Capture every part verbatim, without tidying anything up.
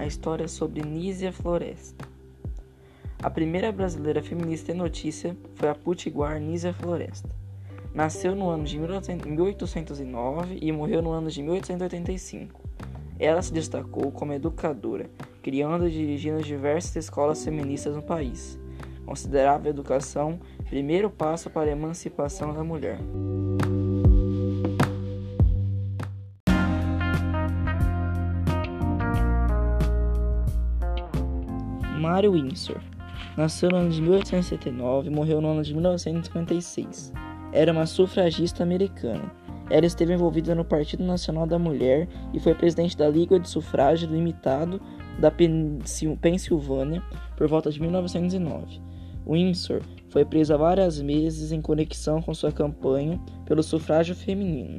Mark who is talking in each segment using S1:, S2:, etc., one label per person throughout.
S1: a história sobre Nísia Floresta. A primeira brasileira feminista em notícia foi a potiguar Nísia Floresta. Nasceu no ano de mil oitocentos e nove e morreu no ano de mil oitocentos e oitenta e cinco. Ela se destacou como educadora, criando e dirigindo diversas escolas feministas no país. Considerava a educação o primeiro passo para a emancipação da mulher. Mary Windsor nasceu no ano de mil oitocentos e setenta e nove e morreu no ano de mil novecentos e cinquenta e seis. Era uma sufragista americana. Ela esteve envolvida no Partido Nacional da Mulher e foi presidente da Liga de Sufrágio Limitado da Pensilvânia por volta de mil novecentos e nove. Windsor foi presa várias vezes em conexão com sua campanha pelo sufrágio feminino.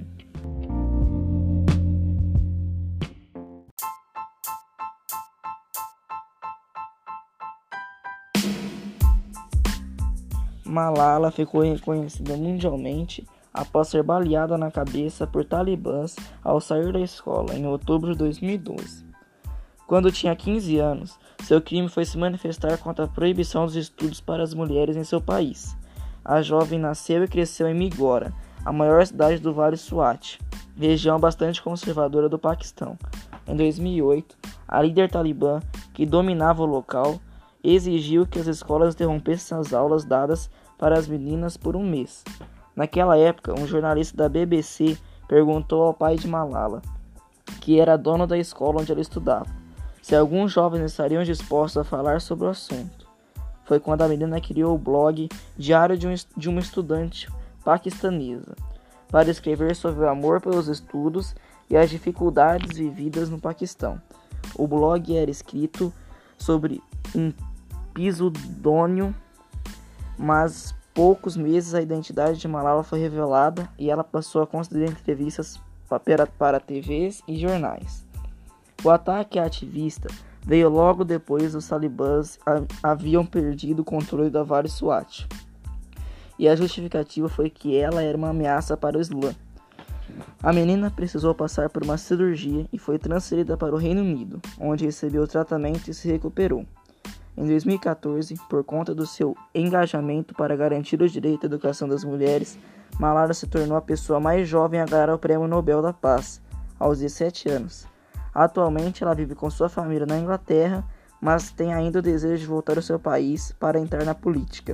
S1: Malala ficou reconhecida mundialmente após ser baleada na cabeça por talibãs ao sair da escola em outubro de dois mil e doze. Quando tinha quinze anos, seu crime foi se manifestar contra a proibição dos estudos para as mulheres em seu país. A jovem nasceu e cresceu em Migora, a maior cidade do Vale Swat, região bastante conservadora do Paquistão. Em dois mil e oito, a líder talibã, que dominava o local, exigiu que as escolas interrompessem as aulas dadas para as meninas por um mês. Naquela época, um jornalista da B B C perguntou ao pai de Malala, que era dono da escola onde ela estudava, se alguns jovens estariam dispostos a falar sobre o assunto. Foi quando a menina criou o blog Diário de, um, de uma Estudante Paquistanesa, para escrever sobre o amor pelos estudos e as dificuldades vividas no Paquistão. O blog era escrito sobre um pseudônimo, mas poucos meses a identidade de Malala foi revelada e ela passou a conceder entrevistas para, para T Vs e jornais. O ataque à ativista veio logo depois dos talibãs a, haviam perdido o controle da Vale Swat, e a justificativa foi que ela era uma ameaça para o Islã. A menina precisou passar por uma cirurgia e foi transferida para o Reino Unido, onde recebeu tratamento e se recuperou. Em dois mil e catorze, por conta do seu engajamento para garantir o direito à educação das mulheres, Malala se tornou a pessoa mais jovem a ganhar o Prêmio Nobel da Paz, aos dezessete anos. Atualmente, ela vive com sua família na Inglaterra, mas tem ainda o desejo de voltar ao seu país para entrar na política.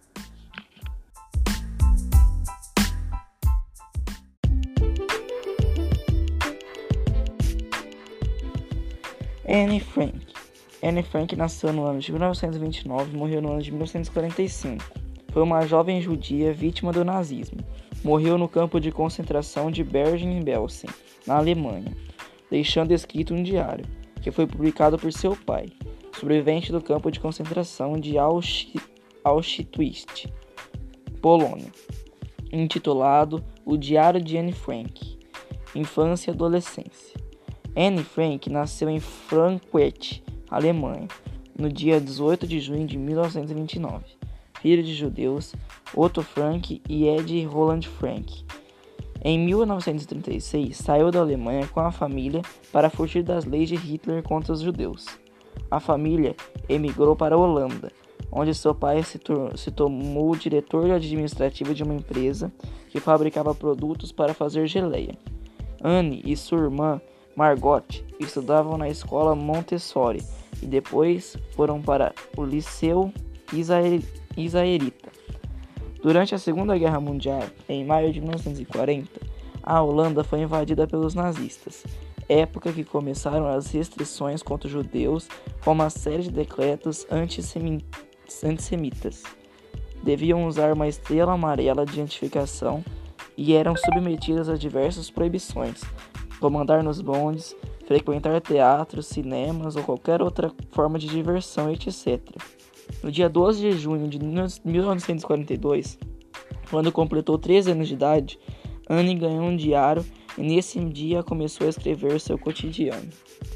S1: Anne Frank. Anne Frank nasceu no ano de mil novecentos e vinte e nove e morreu no ano de mil novecentos e quarenta e cinco. Foi uma jovem judia vítima do nazismo. Morreu no campo de concentração de Bergen-Belsen, na Alemanha, deixando escrito um diário, que foi publicado por seu pai, sobrevivente do campo de concentração de Auschwitz, Polônia, intitulado O Diário de Anne Frank, Infância e Adolescência. Anne Frank nasceu em Frankfurt, Alemanha, no dia dezoito de junho de mil novecentos e vinte e nove, filho de judeus Otto Frank e Ed Roland Frank. Em mil novecentos e trinta e seis, saiu da Alemanha com a família para fugir das leis de Hitler contra os judeus. A família emigrou para a Holanda, onde seu pai se, tor- se tornou diretor administrativo de uma empresa que fabricava produtos para fazer geleia. Anne e sua irmã Margot estudavam na escola Montessori e depois foram para o Liceu Israelita. Durante a Segunda Guerra Mundial, em maio de mil novecentos e quarenta, a Holanda foi invadida pelos nazistas, época que começaram as restrições contra os judeus com uma série de decretos antissemi- antissemitas. Deviam usar uma estrela amarela de identificação e eram submetidas a diversas proibições, como andar nos bondes, frequentar teatros, cinemas ou qualquer outra forma de diversão, etcétera. No dia doze de junho de mil novecentos e quarenta e dois, quando completou treze anos de idade, Anne ganhou um diário e nesse dia começou a escrever seu cotidiano.